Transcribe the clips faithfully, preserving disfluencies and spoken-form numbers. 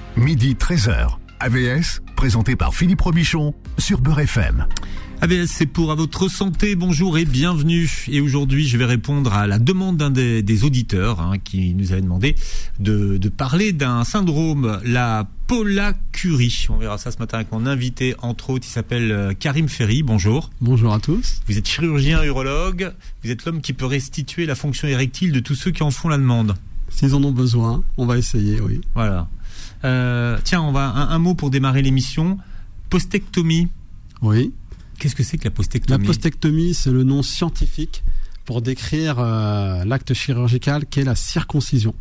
midi treize heures. A V S, présenté par Philippe Robichon sur Beurre F M. A V S, c'est pour à votre santé, bonjour et bienvenue. Et aujourd'hui, je vais répondre à la demande d'un des, des auditeurs hein, qui nous avait demandé de, de parler d'un syndrome, la pollacurie. On verra ça ce matin avec mon invité, entre autres, il s'appelle Karim Ferry. Bonjour. Bonjour à tous. Vous êtes chirurgien urologue, vous êtes l'homme qui peut restituer la fonction érectile de tous ceux qui en font la demande. S'ils en ont besoin, on va essayer, oui. Voilà. Euh, tiens, on va un, un mot pour démarrer l'émission. Postectomie. Oui. Qu'est-ce que c'est que la postectomie ? La postectomie, c'est le nom scientifique pour décrire euh, l'acte chirurgical qu'est la circoncision.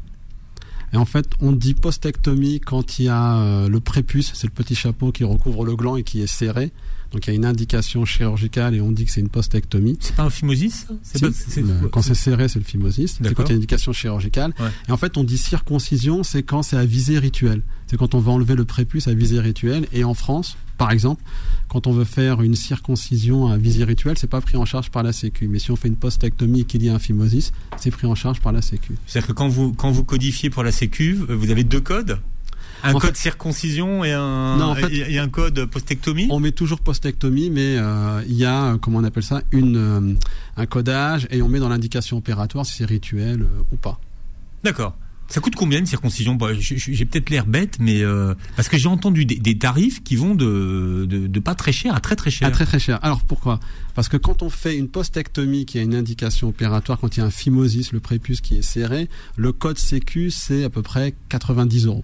Et en fait, on dit postectomie quand il y a euh, le prépuce, c'est le petit chapeau qui recouvre le gland et qui est serré. Donc il y a une indication chirurgicale et on dit que c'est une postectomie. C'est pas un phimosis ça c'est si, pas, c'est, le, Quand c'est serré, c'est le phimosis. D'accord. C'est quand il y a une indication chirurgicale. Ouais. Et en fait, on dit circoncision, c'est quand c'est à visée rituelle. C'est quand on va enlever le prépuce à visée rituelle. Et en France, par exemple, quand on veut faire une circoncision à visée rituelle, c'est pas pris en charge par la Sécu. Mais si on fait une postectomie et qu'il y a un phimosis, c'est pris en charge par la Sécu. C'est-à-dire que quand vous, quand vous codifiez pour la Sécu, vous avez deux codes ? Un en code fait, circoncision et un, non, en fait, et un code postectomie. On met toujours postectomie, mais euh, il y a, comment on appelle ça, une, euh, un codage et on met dans l'indication opératoire si c'est rituel euh, ou pas. D'accord. Ça coûte combien une circoncision ? Bon, j'ai peut-être l'air bête, mais euh, parce que j'ai entendu des, des tarifs qui vont de, de, de pas très cher à très très cher. À très très cher. Alors pourquoi ? Parce que quand on fait une postectomie qui a une indication opératoire, quand il y a un phimosis, le prépuce qui est serré, le code Sécu c'est à peu près quatre-vingt-dix euros.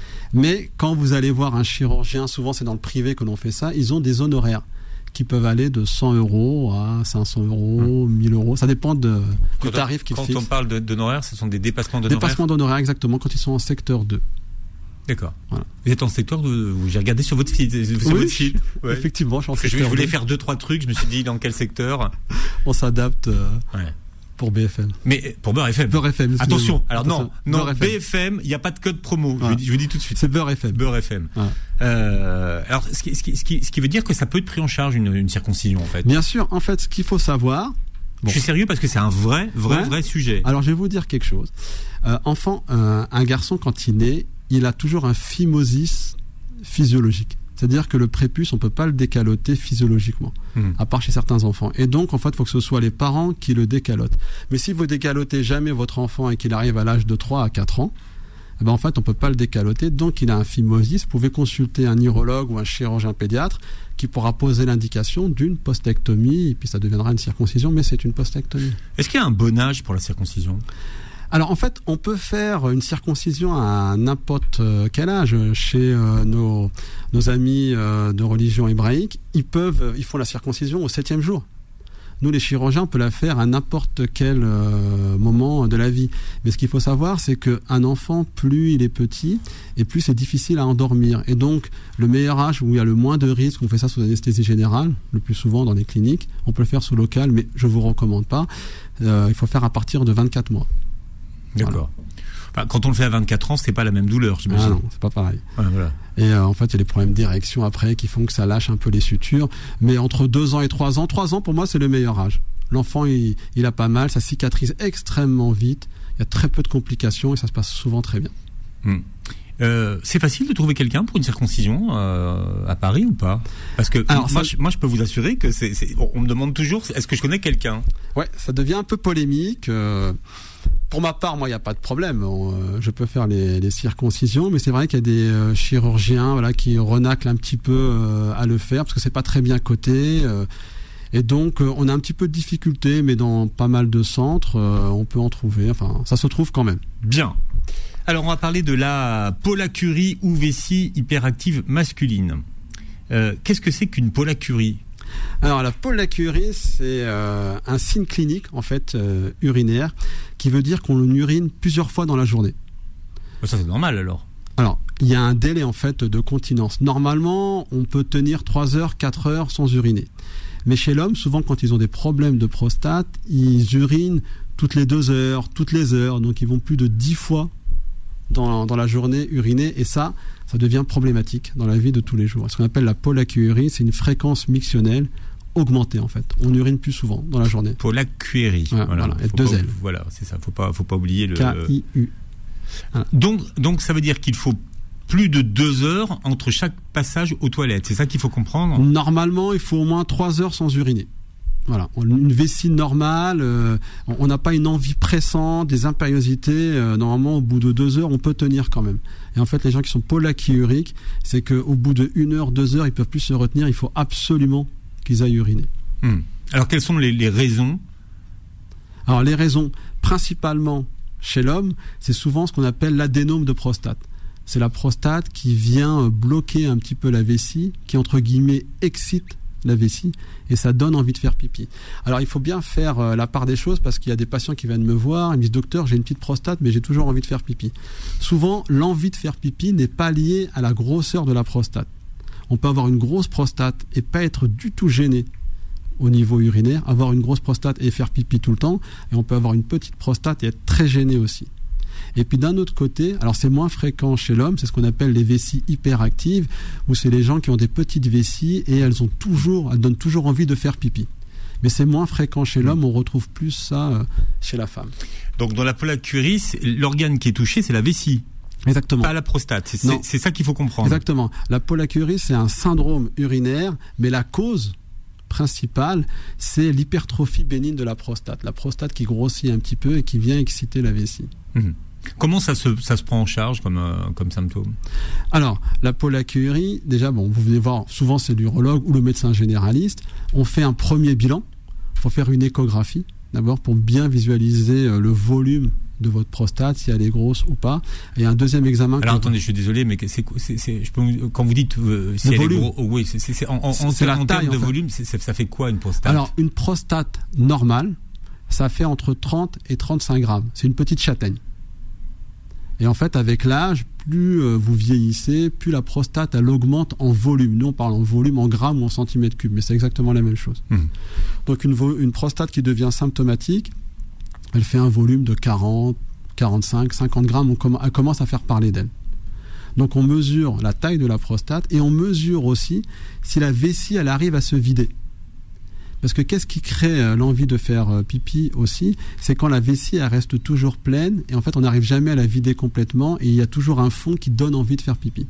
Mais quand vous allez voir un chirurgien, souvent c'est dans le privé que l'on fait ça, ils ont des honoraires qui peuvent aller de cent euros à cinq cents euros, mmh. mille euros. Ça dépend de, du tarif qu'ils fixent. Quand on parle de, d'honoraires, ce sont des dépassements d'honoraires. Dépassements d'honoraires, exactement, quand ils sont en secteur deux. D'accord. Voilà. Vous êtes en secteur deux. J'ai regardé sur votre site. Sur oui, votre site. Ouais. Effectivement, je suis en secteur deux. Je voulais deux. faire deux, trois trucs. Je me suis dit dans quel secteur. On s'adapte. Euh... Ouais. Pour B F M. Mais pour Beurre F M. Beurre F M. Attention. Alors Attention. non, non. B F M, il n'y a pas de code promo. Ah. Je, vous dis, je vous dis tout de suite. C'est Beurre F M. Beurre F M. Ah. Euh, alors, ce qui, ce, qui, ce, qui, ce qui veut dire que ça peut être pris en charge une, une circoncision, en fait. Bien sûr. En fait, ce qu'il faut savoir. Bon. Je suis sérieux parce que c'est un vrai, vrai, ouais. vrai sujet. Alors, je vais vous dire quelque chose. Euh, enfant, euh, un garçon quand il naît, il a toujours un phimosis physiologique. C'est-à-dire que le prépuce, on ne peut pas le décaloter physiologiquement, mmh. à part chez certains enfants. Et donc, en fait, il faut que ce soit les parents qui le décalotent. Mais si vous décalotez jamais votre enfant et qu'il arrive à l'âge de trois à quatre ans, eh ben, en fait, on ne peut pas le décaloter. Donc, il a un phimosis. Vous pouvez consulter un urologue ou un chirurgien pédiatre qui pourra poser l'indication d'une postectomie. Et puis, ça deviendra une circoncision, mais c'est une postectomie. Est-ce qu'il y a un bon âge pour la circoncision ? Alors en fait, on peut faire une circoncision à n'importe quel âge. Chez euh, nos, nos amis euh, de religion hébraïque, ils peuvent, ils font la circoncision au septième jour. Nous, les chirurgiens, on peut la faire à n'importe quel euh, moment de la vie. Mais ce qu'il faut savoir, c'est qu'un enfant, plus il est petit, et plus c'est difficile à endormir. Et donc, le meilleur âge où il y a le moins de risques, on fait ça sous anesthésie générale, le plus souvent dans les cliniques. On peut le faire sous local, mais je vous recommande pas. Euh, il faut faire à partir de vingt-quatre mois. D'accord. Voilà. Enfin, quand on le fait à vingt-quatre ans, c'est pas la même douleur, j'imagine. Ah non, c'est pas pareil. Ouais, voilà. Et euh, en fait, il y a des problèmes d'érection après qui font que ça lâche un peu les sutures. Mais entre deux ans et trois ans, trois ans pour moi c'est le meilleur âge. L'enfant il, il a pas mal, ça cicatrise extrêmement vite. Il y a très peu de complications et ça se passe souvent très bien. Hum. Euh, c'est facile de trouver quelqu'un pour une circoncision euh, à Paris ou pas ? Parce que Alors, moi, ça... je, moi, je peux vous assurer que c'est, c'est, on me demande toujours est-ce que je connais quelqu'un ? Ouais, ça devient un peu polémique. Euh, pour ma part, moi, il n'y a pas de problème. On, euh, je peux faire les, les circoncisions, mais c'est vrai qu'il y a des euh, chirurgiens, voilà, qui renaclent un petit peu euh, à le faire parce que c'est pas très bien coté. Euh, et donc, euh, on a un petit peu de difficulté, mais dans pas mal de centres, euh, on peut en trouver. Enfin, ça se trouve quand même. Bien. Alors, on va parler de la pollacurie ou vessie hyperactive masculine. Euh, qu'est-ce que c'est qu'une pollacurie ? Alors, la pollacurie, c'est euh, un signe clinique, en fait, euh, urinaire, qui veut dire qu'on urine plusieurs fois dans la journée. Ça, c'est normal, alors ? Alors, il y a un délai, en fait, de continence. Normalement, on peut tenir trois heures, quatre heures sans uriner. Mais chez l'homme, souvent, quand ils ont des problèmes de prostate, ils urinent toutes les deux heures, toutes les heures. Donc, ils vont plus de dix fois Dans, dans la journée urinée, et ça, ça devient problématique dans la vie de tous les jours. Ce qu'on appelle la pollacurie, c'est une fréquence mictionnelle augmentée en fait. On urine plus souvent dans la journée. Pollacurie. Ouais, voilà, et deux L. Voilà, c'est ça. Faut pas, faut pas oublier le. K I U. Voilà. Donc, donc, ça veut dire qu'il faut plus de deux heures entre chaque passage aux toilettes. C'est ça qu'il faut comprendre ? Normalement, il faut au moins trois heures sans uriner. Voilà, une vessie normale, euh, on n'a pas une envie pressante, des impériosités. Euh, normalement, au bout de deux heures, on peut tenir quand même. Et en fait, les gens qui sont pollakiuriques, c'est qu'au bout de une heure, deux heures, ils peuvent plus se retenir. Il faut absolument qu'ils aillent uriner. Hum. Alors, quelles sont les, les raisons ? Alors, les raisons, principalement chez l'homme, c'est souvent ce qu'on appelle l'adénome de prostate. C'est la prostate qui vient bloquer un petit peu la vessie, qui entre guillemets excite la vessie, et ça donne envie de faire pipi. Alors il faut bien faire euh, la part des choses, parce qu'il y a des patients qui viennent me voir, ils me disent docteur, j'ai une petite prostate mais j'ai toujours envie de faire pipi. Souvent l'envie de faire pipi n'est pas liée à la grosseur de la prostate. On peut avoir une grosse prostate et pas être du tout gêné au niveau urinaire, avoir une grosse prostate et faire pipi tout le temps, et on peut avoir une petite prostate et être très gêné aussi. Et puis d'un autre côté, alors c'est moins fréquent chez l'homme, c'est ce qu'on appelle les vessies hyperactives, où c'est les gens qui ont des petites vessies et elles ont toujours, elles donnent toujours envie de faire pipi. Mais c'est moins fréquent chez l'homme, on retrouve plus ça chez la femme. Donc dans la pollakiurie, l'organe qui est touché, c'est la vessie. Exactement. Pas la prostate. C'est, c'est, c'est ça qu'il faut comprendre. Exactement. La pollakiurie, c'est un syndrome urinaire, mais la cause principale, c'est l'hypertrophie bénigne de la prostate. La prostate qui grossit un petit peu et qui vient exciter la vessie. Mmh. Comment ça se, ça se prend en charge comme, euh, comme symptôme ? Alors, la pollakiurie, déjà, bon, vous venez voir, souvent c'est l'urologue ou le médecin généraliste. On fait un premier bilan. Il faut faire une échographie, d'abord, pour bien visualiser euh, le volume de votre prostate, si elle est grosse ou pas. Et un deuxième examen... Alors, attendez, je suis désolé, mais c'est, c'est, c'est, je peux, quand vous dites euh, si le elle volume. est grosse... Oh, oui, c'est, c'est, c'est, en, en, c'est en, la en taille, termes de en fait. volume, c'est, ça fait quoi une prostate ? Alors, une prostate normale, ça fait entre trente et trente-cinq grammes. C'est une petite châtaigne. Et en fait, avec l'âge, plus euh, vous vieillissez, plus la prostate, elle augmente en volume. Nous, on parle en volume, en grammes ou en centimètres cubes, mais c'est exactement la même chose. Mmh. Donc, une, vo- une prostate qui devient symptomatique, elle fait un volume de quarante, quarante-cinq, cinquante grammes, on com- elle commence à faire parler d'elle. Donc, on mesure la taille de la prostate et on mesure aussi si la vessie, elle arrive à se vider. Parce que qu'est-ce qui crée l'envie de faire pipi aussi ? C'est quand la vessie elle reste toujours pleine et en fait on n'arrive jamais à la vider complètement et il y a toujours un fond qui donne envie de faire pipi.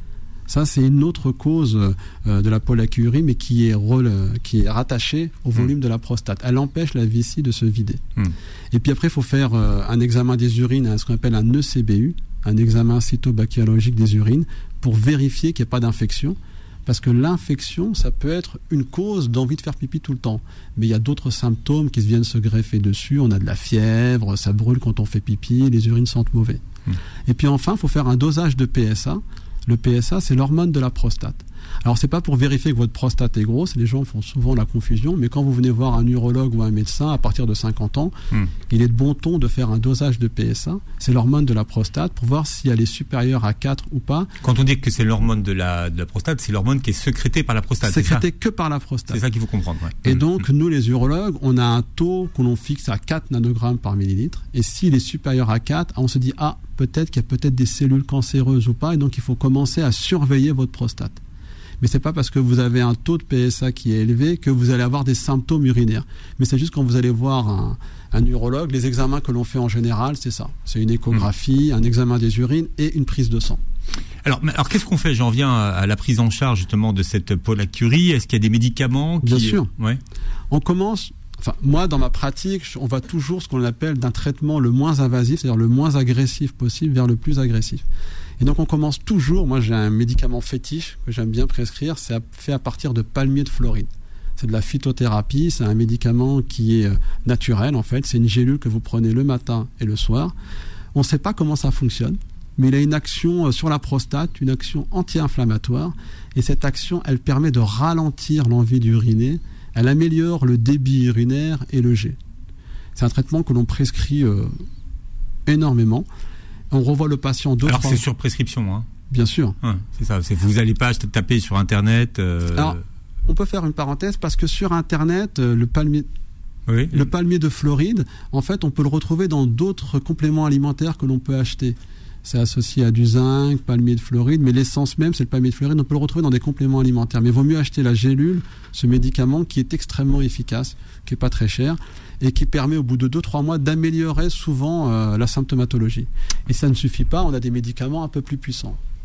Ça c'est une autre cause euh, de la pollakiurie mais qui est, rôle, qui est rattachée au volume mmh. de la prostate. Elle empêche la vessie de se vider. Mmh. Et puis après il faut faire euh, un examen des urines, ce qu'on appelle un E C B U, un examen cytobactériologique des urines pour vérifier qu'il n'y a pas d'infection. Parce que l'infection, ça peut être une cause d'envie de faire pipi tout le temps. Mais il y a d'autres symptômes qui viennent se greffer dessus. On a de la fièvre, ça brûle quand on fait pipi, les urines sentent mauvais. Mmh. Et puis enfin, il faut faire un dosage de P S A. Le P S A, c'est l'hormone de la prostate. Alors, c'est pas pour vérifier que votre prostate est grosse. Les gens font souvent la confusion. Mais quand vous venez voir un urologue ou un médecin à partir de cinquante ans, mmh. il est de bon ton de faire un dosage de P S A. C'est l'hormone de la prostate pour voir si elle est supérieure à quatre ou pas. Quand on dit que c'est l'hormone de la, de la prostate, c'est l'hormone qui est sécrétée par la prostate. Sécrétée que par la prostate. C'est ça qu'il faut comprendre. Ouais. Et mmh. donc, nous, les urologues, on a un taux que l'on fixe à quatre nanogrammes par millilitre. Et s'il est supérieur à quatre, on se dit, ah, peut-être qu'il y a peut-être des cellules cancéreuses ou pas. Et donc, il faut commencer à surveiller votre prostate. Mais c'est pas parce que vous avez un taux de P S A qui est élevé que vous allez avoir des symptômes urinaires. Mais c'est juste quand vous allez voir un, un urologue, les examens que l'on fait en général, c'est ça. C'est une échographie, mmh. un examen des urines et une prise de sang. Alors, alors qu'est-ce qu'on fait ? J'en viens à la prise en charge justement de cette pollakiurie. Est-ce qu'il y a des médicaments qui... Bien sûr. Ouais. On commence... Enfin, moi, dans ma pratique, on va toujours ce qu'on appelle d'un traitement le moins invasif, c'est-à-dire le moins agressif possible vers le plus agressif. Et donc, on commence toujours, moi j'ai un médicament fétiche que j'aime bien prescrire, c'est fait à partir de palmier de Floride. C'est de la phytothérapie, c'est un médicament qui est naturel en fait, c'est une gélule que vous prenez le matin et le soir. On ne sait pas comment ça fonctionne, mais il a une action sur la prostate, une action anti-inflammatoire, et cette action, elle permet de ralentir l'envie d'uriner. Elle améliore le débit urinaire et le jet. C'est un traitement que l'on prescrit euh, énormément. On revoit le patient deux Alors trois... c'est sur prescription, hein ? Bien sûr. Ouais, c'est ça. C'est, vous n'allez pas taper sur Internet. Euh... Alors, on peut faire une parenthèse parce que sur Internet, euh, le palmier, oui. le palmier de Floride, en fait, on peut le retrouver dans d'autres compléments alimentaires que l'on peut acheter. C'est associé à du zinc, palmier de Floride, mais l'essence même, c'est le palmier de Floride. On peut le retrouver dans des compléments alimentaires. Mais il vaut mieux acheter la gélule, ce médicament qui est extrêmement efficace, qui n'est pas très cher, et qui permet au bout de deux trois mois d'améliorer souvent euh, la symptomatologie. Et ça ne suffit pas, on a des médicaments un peu plus puissants.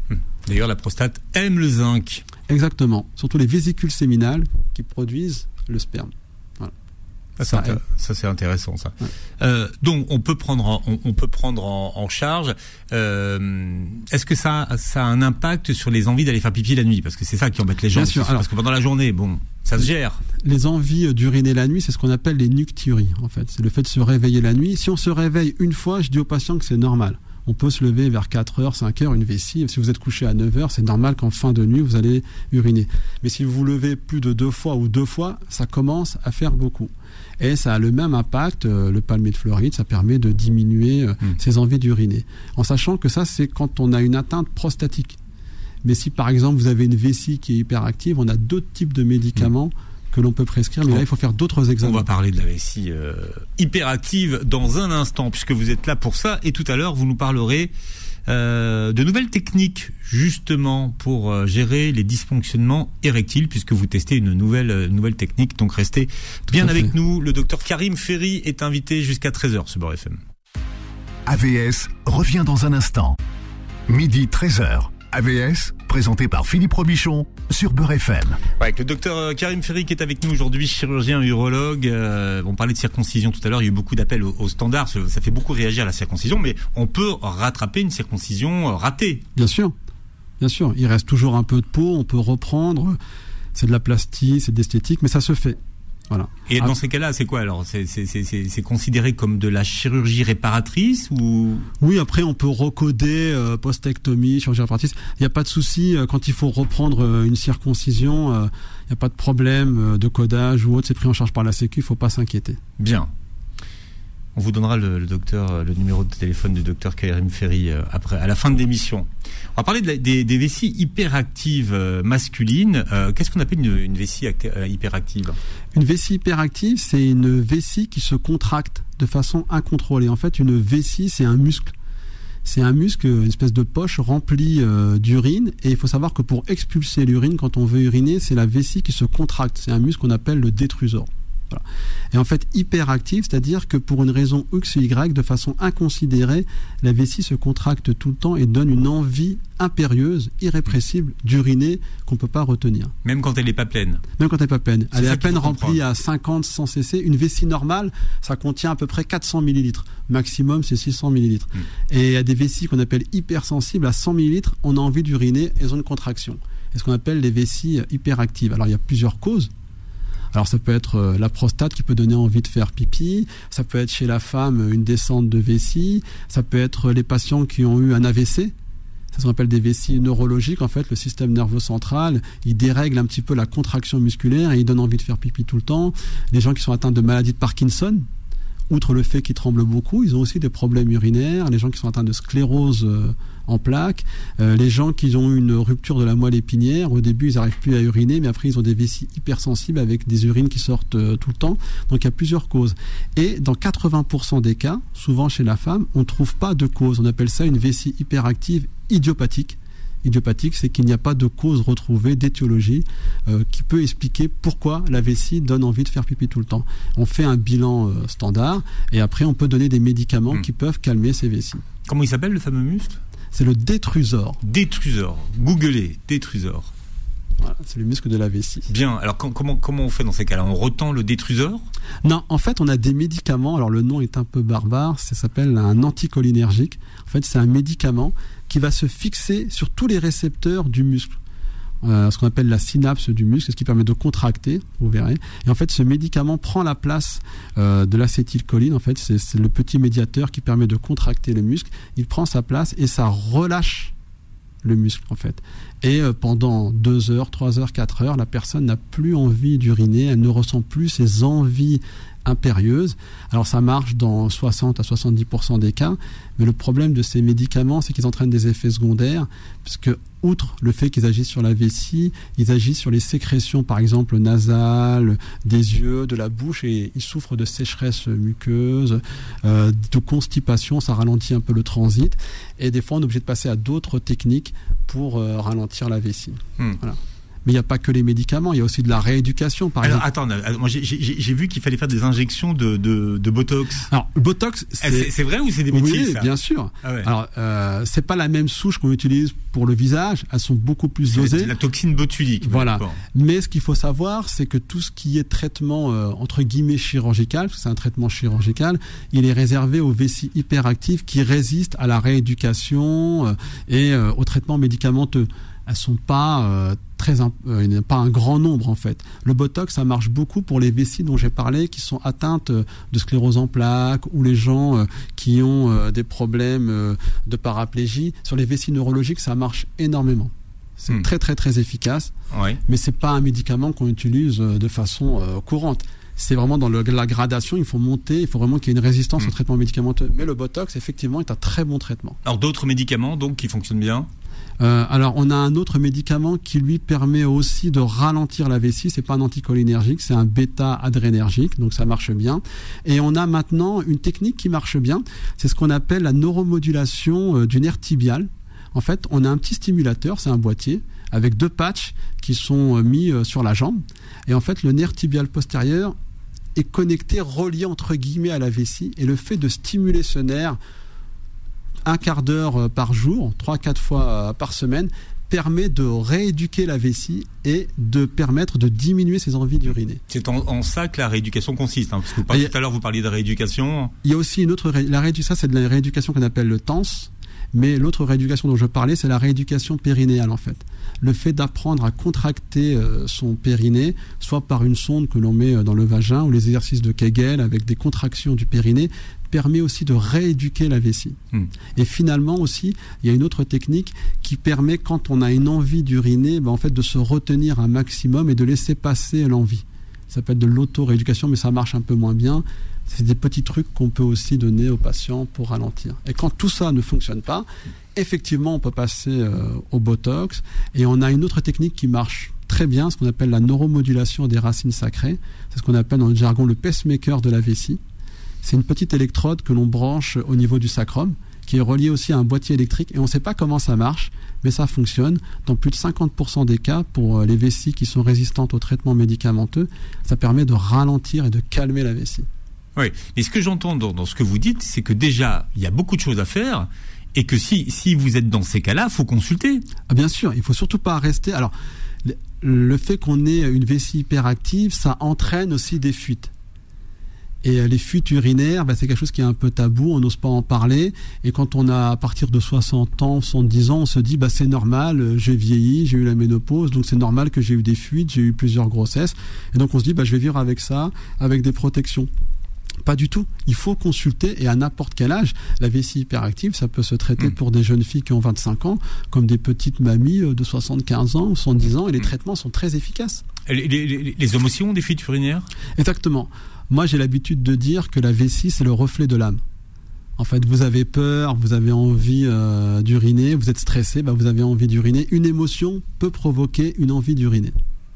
D'ailleurs, la prostate aime le zinc. Exactement. Surtout les vésicules séminales qui produisent le sperme. Voilà. Ça, c'est, intér- ça, c'est intéressant, ça. Ouais. Euh, donc, on peut prendre en, on, on peut prendre en, en charge. Euh, est-ce que ça, ça a un impact sur les envies d'aller faire pipi la nuit? Parce que c'est ça qui embête les gens. Bien sûr. Alors, parce que pendant la journée, bon, ça se gère. Les envies d'uriner la nuit, c'est ce qu'on appelle les nocturies, en fait. C'est le fait de se réveiller la nuit. Si on se réveille une fois, je dis aux patients que c'est normal. On peut se lever vers quatre heures, cinq heures, une vessie. Si vous êtes couché à neuf heures, c'est normal qu'en fin de nuit, vous allez uriner. Mais si vous vous levez plus de deux fois ou deux fois, ça commence à faire beaucoup. Et ça a le même impact, euh, le palmate fluoride, ça permet de diminuer euh, mmh. ses envies d'uriner. En sachant que ça, c'est quand on a une atteinte prostatique. Mais si par exemple vous avez une vessie qui est hyperactive, on a d'autres types de médicaments mmh. que l'on peut prescrire, mais là il faut faire d'autres examens. On va parler de la vessie euh, hyperactive dans un instant, puisque vous êtes là pour ça, et tout à l'heure vous nous parlerez euh, de nouvelles techniques justement pour euh, gérer les dysfonctionnements érectiles, puisque vous testez une nouvelle, euh, nouvelle technique, donc restez tout bien avec nous. Le docteur Karim Ferry est invité jusqu'à treize heures sur Beurre F M. A V S revient dans un instant. Midi treize heures. A V S, présenté par Philippe Robichon sur Beurre F M. Ouais, avec le docteur Karim Ferry qui est avec nous aujourd'hui, chirurgien urologue. Euh, on parlait de circoncision tout à l'heure, il y a eu beaucoup d'appels au, au standard, ça fait beaucoup réagir à la circoncision, mais on peut rattraper une circoncision ratée. Bien sûr, bien sûr. Il reste toujours un peu de peau, on peut reprendre. C'est de la plastie, c'est de l'esthétique, mais ça se fait. Voilà. Et ah. dans ces cas-là, c'est quoi alors? c'est, c'est, c'est, c'est considéré comme de la chirurgie réparatrice ou? Oui, après on peut recoder euh, postectomie, chirurgie réparatrice. Il n'y a pas de souci euh, quand il faut reprendre euh, une circoncision. Il euh, n'y a pas de problème euh, de codage ou autre. C'est pris en charge par la Sécu. Il ne faut pas s'inquiéter. Bien. On vous donnera le, le docteur, le numéro de téléphone du docteur Karim Ferry euh, après, à la fin de l'émission. On va parler de la, des, des vessies hyperactives euh, masculines. Euh, qu'est-ce qu'on appelle une, une vessie acti- euh, hyperactive? Une vessie hyperactive, c'est une vessie qui se contracte de façon incontrôlée. En fait, une vessie, c'est un muscle. C'est un muscle, une espèce de poche remplie euh, d'urine. Et il faut savoir que pour expulser l'urine, quand on veut uriner, c'est la vessie qui se contracte. C'est un muscle qu'on appelle le détrusor. Voilà. Et en fait, hyperactive, c'est-à-dire que pour une raison X ou Y, de façon inconsidérée, la vessie se contracte tout le temps et donne une envie impérieuse, irrépressible d'uriner qu'on ne peut pas retenir. Même quand elle n'est pas pleine. Même quand elle n'est pas pleine. C'est elle est à peine comprendre. remplie à cinquante, cent centilitres. Une vessie normale, ça contient à peu près quatre cents millilitres. Maximum, c'est six cents millilitres. Mmh. Et il y a des vessies qu'on appelle hypersensibles. À cent millilitres, on a envie d'uriner, elles ont une contraction. C'est ce qu'on appelle les vessies hyperactives. Alors, il y a plusieurs causes. Alors ça peut être euh, la prostate qui peut donner envie de faire pipi, ça peut être chez la femme une descente de vessie, ça peut être les patients qui ont eu un A V C, ça se appelle des vessies neurologiques. En fait, le système nerveux central, il dérègle un petit peu la contraction musculaire et il donne envie de faire pipi tout le temps. Les gens qui sont atteints de maladie de Parkinson, outre le fait qu'ils tremblent beaucoup, ils ont aussi des problèmes urinaires. Les gens qui sont atteints de sclérose euh, en plaques, euh, les gens qui ont une rupture de la moelle épinière, au début ils n'arrivent plus à uriner, mais après ils ont des vessies hypersensibles avec des urines qui sortent euh, tout le temps. Donc il y a plusieurs causes. Et dans quatre-vingts pour cent des cas, souvent chez la femme, on ne trouve pas de cause. On appelle ça une vessie hyperactive idiopathique. Idiopathique, c'est qu'il n'y a pas de cause retrouvée d'étiologie euh, qui peut expliquer pourquoi la vessie donne envie de faire pipi tout le temps. On fait un bilan euh, standard et après on peut donner des médicaments mmh. qui peuvent calmer ces vessies. Comment il s'appelle le fameux muscle? C'est le détrusor. Détrusor. Googlez, détrusor. Voilà, c'est le muscle de la vessie. Bien, alors com- comment, comment on fait dans ces cas-là? On retend le détrusor? Non, en fait on a des médicaments, alors le nom est un peu barbare, ça s'appelle un anticholinergique. En fait c'est un médicament qui va se fixer sur tous les récepteurs du muscle. Euh, ce qu'on appelle la synapse du muscle, ce qui permet de contracter, vous verrez. Et en fait, ce médicament prend la place euh, de l'acétylcholine. En fait, c'est, c'est le petit médiateur qui permet de contracter le muscle. Il prend sa place et ça relâche le muscle, en fait. Et euh, pendant deux heures, trois heures, quatre heures, la personne n'a plus envie d'uriner, elle ne ressent plus ses envies impérieuses. Alors ça marche dans soixante à soixante-dix pour cent des cas, mais le problème de ces médicaments, c'est qu'ils entraînent des effets secondaires, puisque outre le fait qu'ils agissent sur la vessie, ils agissent sur les sécrétions, par exemple nasales, des yeux, de la bouche, et ils souffrent de sécheresse muqueuse, euh, de constipation, ça ralentit un peu le transit, et des fois on est obligé de passer à d'autres techniques pour euh, ralentir la vessie. Mmh. Voilà. Mais il n'y a pas que les médicaments, il y a aussi de la rééducation, par Alors, exemple. attends, moi j'ai, j'ai, j'ai vu qu'il fallait faire des injections de, de, de Botox. Alors, le Botox, c'est... C'est, c'est vrai ou c'est des bêtises? Oui, ça bien sûr. Ah ouais. Alors, euh, c'est pas la même souche qu'on utilise pour le visage. Elles sont beaucoup plus dosées. C'est la toxine botulique. Voilà. D'accord. Mais ce qu'il faut savoir, c'est que tout ce qui est traitement euh, entre guillemets chirurgical, parce que c'est un traitement chirurgical, il est réservé aux vessies hyperactives qui résistent à la rééducation euh, et euh, au traitement médicamenteux. Elles sont pas euh, très imp... euh, il n'y a pas un grand nombre en fait. Le Botox, ça marche beaucoup pour les vessies dont j'ai parlé, qui sont atteintes de sclérose en plaques, ou les gens euh, qui ont euh, des problèmes euh, de paraplégie. Sur les vessies neurologiques, ça marche énormément. C'est hmm. très très très efficace, ouais. mais c'est pas un médicament qu'on utilise euh, de façon euh, courante. C'est vraiment dans le, la gradation, il faut monter, il faut vraiment qu'il y ait une résistance mmh. au traitement médicamenteux. Mais le Botox, effectivement, est un très bon traitement. Alors d'autres médicaments, donc, qui fonctionnent bien? euh, Alors, on a un autre médicament qui, lui, permet aussi de ralentir la vessie. C'est pas un anticholinergique, c'est un bêta-adrénergique, donc ça marche bien. Et on a maintenant une technique qui marche bien, c'est ce qu'on appelle la neuromodulation euh, du nerf tibial. En fait, on a un petit stimulateur, c'est un boîtier, avec deux patchs qui sont euh, mis euh, sur la jambe. Et en fait, le nerf tibial postérieur est connecté, relié entre guillemets à la vessie, et le fait de stimuler ce nerf un quart d'heure par jour, trois à quatre fois par semaine, permet de rééduquer la vessie et de permettre de diminuer ses envies d'uriner. C'est en, en ça que la rééducation consiste, hein, parce que vous parliez, tout à l'heure vous parliez de rééducation. Il y a aussi une autre ré... la rééducation, ça c'est de la rééducation qu'on appelle le T A N S. Mais l'autre rééducation dont je parlais, c'est la rééducation périnéale en fait. Le fait d'apprendre à contracter euh, son périnée, soit par une sonde que l'on met dans le vagin, ou les exercices de Kegel avec des contractions du périnée, permet aussi de rééduquer la vessie. Mmh. Et finalement aussi, il y a une autre technique qui permet, quand on a une envie d'uriner, ben, en fait, de se retenir un maximum et de laisser passer l'envie. Ça s'appelle de l'auto-rééducation, mais ça marche un peu moins bien. C'est des petits trucs qu'on peut aussi donner aux patients pour ralentir. Et quand tout ça ne fonctionne pas, effectivement, on peut passer euh, au Botox. Et on a une autre technique qui marche très bien, ce qu'on appelle la neuromodulation des racines sacrées. C'est ce qu'on appelle dans le jargon le pacemaker de la vessie. C'est une petite électrode que l'on branche au niveau du sacrum, qui est reliée aussi à un boîtier électrique. Et on ne sait pas comment ça marche, mais ça fonctionne. Dans plus de cinquante pour cent des cas, pour les vessies qui sont résistantes au traitement médicamenteux, ça permet de ralentir et de calmer la vessie. Oui, mais ce que j'entends dans, dans ce que vous dites, c'est que déjà, il y a beaucoup de choses à faire, et que si, si vous êtes dans ces cas-là, il faut consulter. Ah, bien sûr, il ne faut surtout pas rester... Alors, le, le fait qu'on ait une vessie hyperactive, ça entraîne aussi des fuites. Et les fuites urinaires, bah, c'est quelque chose qui est un peu tabou, on n'ose pas en parler. Et quand on a à partir de soixante ans, soixante-dix ans, on se dit bah, c'est normal, j'ai vieilli, j'ai eu la ménopause, donc c'est normal que j'ai eu des fuites, j'ai eu plusieurs grossesses. Et donc on se dit bah, je vais vivre avec ça, avec des protections. Pas du tout. Il faut consulter, et à n'importe quel âge. La vessie hyperactive, ça peut se traiter mmh. pour des jeunes filles qui ont vingt-cinq ans, comme des petites mamies de soixante-quinze ans ou soixante-dix ans, et les mmh. traitements sont très efficaces. Les, les, les hommes aussi ont des fuites urinaires ? Exactement. Moi, j'ai l'habitude de dire que la vessie, c'est le reflet de l'âme. En fait, vous avez peur, vous avez envie euh, d'uriner, vous êtes stressé, bah, vous avez envie d'uriner. Une émotion peut provoquer une envie d'uriner.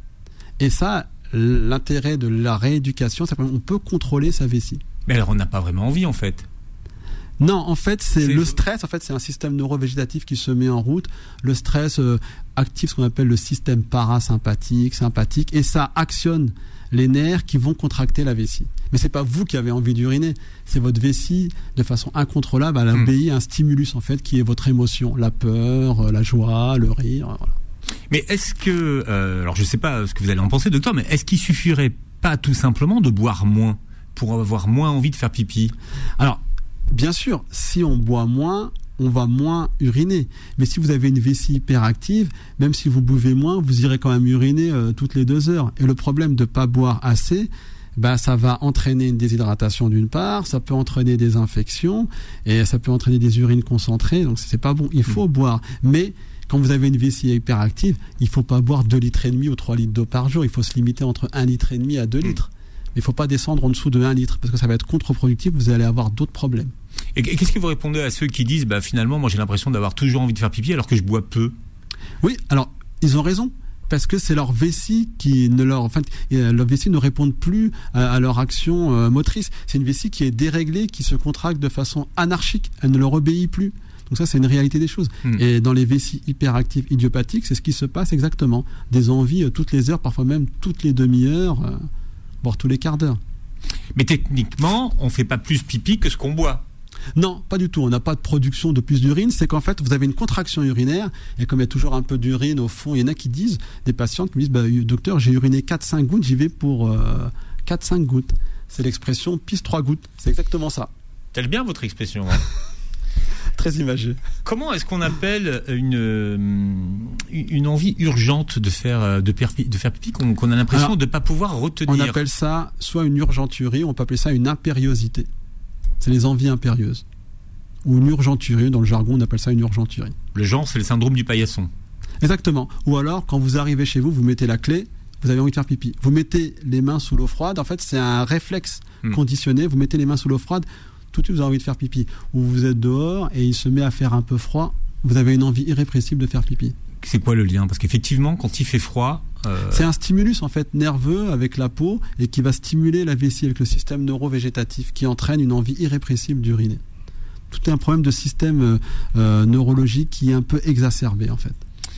Et ça... l'intérêt de la rééducation, c'est qu'on peut contrôler sa vessie. Mais alors on n'a pas vraiment envie en fait. Non, en fait, c'est, c'est le stress. En fait, c'est un système neurovégétatif qui se met en route. Le stress euh, active ce qu'on appelle le système parasympathique, sympathique, et ça actionne les nerfs qui vont contracter la vessie. Mais c'est pas vous qui avez envie d'uriner, c'est votre vessie, de façon incontrôlable, elle obéit à un stimulus en fait qui est votre émotion, la peur, la joie, le rire, voilà. Mais est-ce que, euh, alors je ne sais pas ce que vous allez en penser, docteur, mais est-ce qu'il suffirait pas tout simplement de boire moins pour avoir moins envie de faire pipi ? Alors, bien sûr, si on boit moins, on va moins uriner. Mais si vous avez une vessie hyperactive, même si vous buvez moins, vous irez quand même uriner euh, toutes les deux heures. Et le problème de ne pas boire assez, ben, ça va entraîner une déshydratation d'une part, ça peut entraîner des infections, et ça peut entraîner des urines concentrées, donc c'est pas bon. Il faut mmh. boire, mais... quand vous avez une vessie hyperactive, il ne faut pas boire deux litres et demi ou trois litres d'eau par jour. Il faut se limiter entre un litre et demi à deux litres. Il ne faut pas descendre en dessous de un litre parce que ça va être contre-productif. Vous allez avoir d'autres problèmes. Et qu'est-ce que vous répondez à ceux qui disent bah, finalement, moi j'ai l'impression d'avoir toujours envie de faire pipi alors que je bois peu ? Oui, alors ils ont raison. Parce que c'est leur vessie qui ne leur, enfin, leur vessie ne répondent plus à, à leur action euh, motrice. C'est une vessie qui est déréglée, qui se contracte de façon anarchique. Elle ne leur obéit plus. Donc ça, c'est une réalité des choses. Mmh. Et dans les vessies hyperactives idiopathiques, c'est ce qui se passe exactement. Des envies euh, toutes les heures, parfois même toutes les demi-heures, euh, voire tous les quarts d'heure. Mais techniquement, on ne fait pas plus pipi que ce qu'on boit. Non, pas du tout. On n'a pas de production de plus d'urine. C'est qu'en fait, vous avez une contraction urinaire. Et comme il y a toujours un peu d'urine au fond, il y en a qui disent, des patientes qui me disent, bah, docteur, j'ai uriné quatre à cinq gouttes, j'y vais pour euh, quatre à cinq gouttes. C'est l'expression pisse trois gouttes. C'est exactement ça. T'aimes bien votre expression, hein. Très imagé. Comment est-ce qu'on appelle une, une envie urgente de faire, de faire, de faire pipi qu'on, qu'on a l'impression Alors, de ne pas pouvoir retenir? On appelle ça soit une urgenturie, on peut appeler ça une impériosité. C'est les envies impérieuses. Ou une urgenturie, dans le jargon, on appelle ça une urgenturie. Le genre, c'est le syndrome du paillasson. Exactement. Ou alors, quand vous arrivez chez vous, vous mettez la clé, vous avez envie de faire pipi. Vous mettez les mains sous l'eau froide, en fait, c'est un réflexe mmh. conditionné. Vous mettez les mains sous l'eau froide, tout de suite, vous avez envie de faire pipi. Ou vous êtes dehors et il se met à faire un peu froid, vous avez une envie irrépressible de faire pipi. C'est quoi le lien? Parce qu'effectivement, quand il fait froid... Euh... C'est un stimulus en fait nerveux avec la peau et qui va stimuler la vessie avec le système neurovégétatif qui entraîne une envie irrépressible d'uriner. Tout est un problème de système euh, neurologique qui est un peu exacerbé en fait.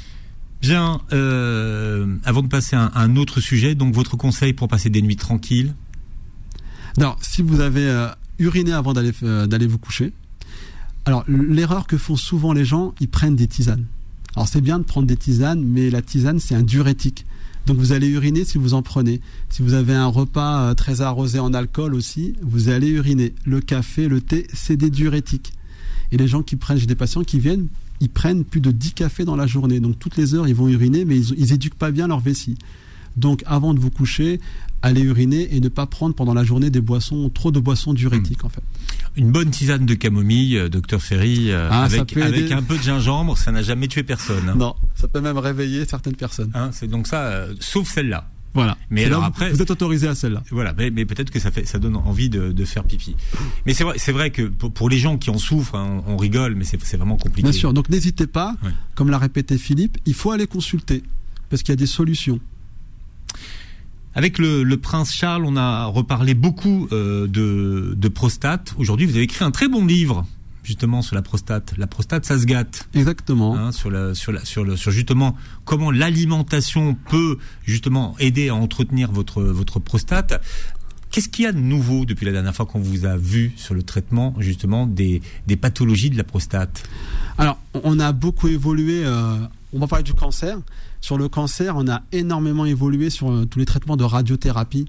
Bien, euh, avant de passer à un autre sujet, donc votre conseil pour passer des nuits tranquilles? Alors, si vous avez euh, uriné avant d'aller, euh, d'aller vous coucher, alors l'erreur que font souvent les gens, ils prennent des tisanes. Alors c'est bien de prendre des tisanes, mais la tisane c'est un diurétique. Donc vous allez uriner si vous en prenez. Si vous avez un repas très arrosé en alcool aussi, vous allez uriner. Le café, le thé, c'est des diurétiques. Et les gens qui prennent, j'ai des patients qui viennent, ils prennent plus de dix cafés dans la journée. Donc toutes les heures ils vont uriner, mais ils, ils éduquent pas bien leur vessie. Donc avant de vous coucher, allez uriner et ne pas prendre pendant la journée des boissons, trop de boissons diurétiques mmh. en fait. Une bonne tisane de camomille, docteur Ferry, euh, ah, avec, avec un peu de gingembre, ça n'a jamais tué personne. Hein. Non, ça peut même réveiller certaines personnes. Hein, c'est donc ça, euh, sauf celle-là. Voilà. Mais alors après, vous êtes autorisé à celle-là. Voilà, mais, mais peut-être que ça fait, ça donne envie de, de faire pipi. Mais c'est vrai, c'est vrai que pour, pour les gens qui en souffrent, hein, on rigole, mais c'est, c'est vraiment compliqué. Bien sûr. Donc n'hésitez pas, ouais. Comme l'a répété Philippe, il faut aller consulter parce qu'il y a des solutions. Avec le, le prince Charles, on a reparlé beaucoup euh, de, de prostate. Aujourd'hui, vous avez écrit un très bon livre, justement, sur la prostate. La prostate, ça se gâte. Exactement. Hein, sur, la, sur, la, sur, le, sur justement comment l'alimentation peut justement aider à entretenir votre, votre prostate. Qu'est-ce qu'il y a de nouveau depuis la dernière fois qu'on vous a vu sur le traitement, justement, des, des pathologies de la prostate? Alors, on a beaucoup évolué. Euh, on va parler du cancer. Sur le cancer, on a énormément évolué sur euh, tous les traitements de radiothérapie,